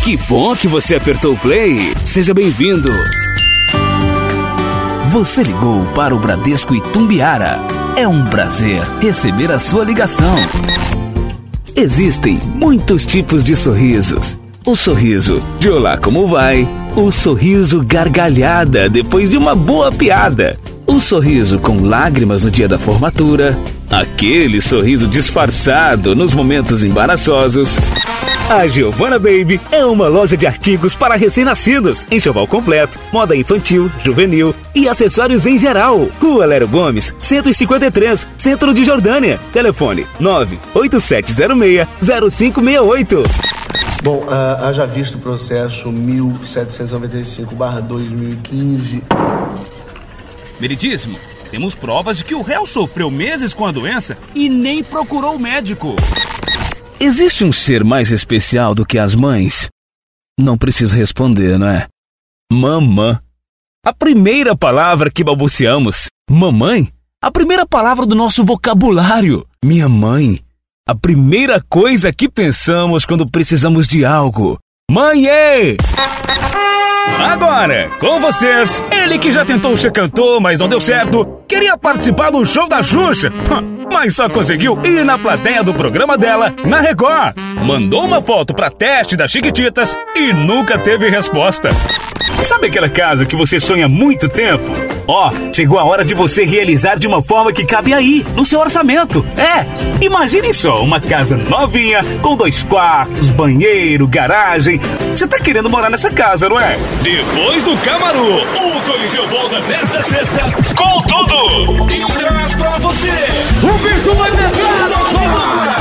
Que bom que você apertou o play. Seja bem-vindo. Você ligou para o Bradesco Itumbiara. É um prazer receber a sua ligação. Existem muitos tipos de sorrisos. O sorriso de olá, como vai? O sorriso gargalhada depois de uma boa piada. O sorriso com lágrimas no dia da formatura. Aquele sorriso disfarçado nos momentos embaraçosos. A Giovanna Baby é uma loja de artigos para recém-nascidos, enxoval completo, moda infantil, juvenil e acessórios em geral. Rua Lério Gomes, 153, Centro de Jordânia. Telefone 98706-0568. Bom, haja visto o processo 1795/2015. Meritíssimo, temos provas de que o réu sofreu meses com a doença e nem procurou o médico. Existe um ser mais especial do que as mães? Não preciso responder, não é? Mamã. A primeira palavra que balbuciamos. Mamãe? A primeira palavra do nosso vocabulário. Minha mãe. A primeira coisa que pensamos quando precisamos de algo. Mãe! Agora, com vocês, ele que já tentou ser cantor, mas não deu certo, queria participar do show da Xuxa, mas só conseguiu ir na plateia do programa dela, na Record. Mandou uma foto pra teste das Chiquititas e nunca teve resposta. Sabe aquela casa que você sonha há muito tempo? Chegou a hora de você realizar de uma forma que cabe aí, no seu orçamento. Imagine só, uma casa novinha, com 2 quartos, banheiro, garagem. Você tá querendo morar nessa casa, não é? Depois do Camaru, o Coliseu volta nesta sexta com tudo. E traz pra você. O bicho vai pegar,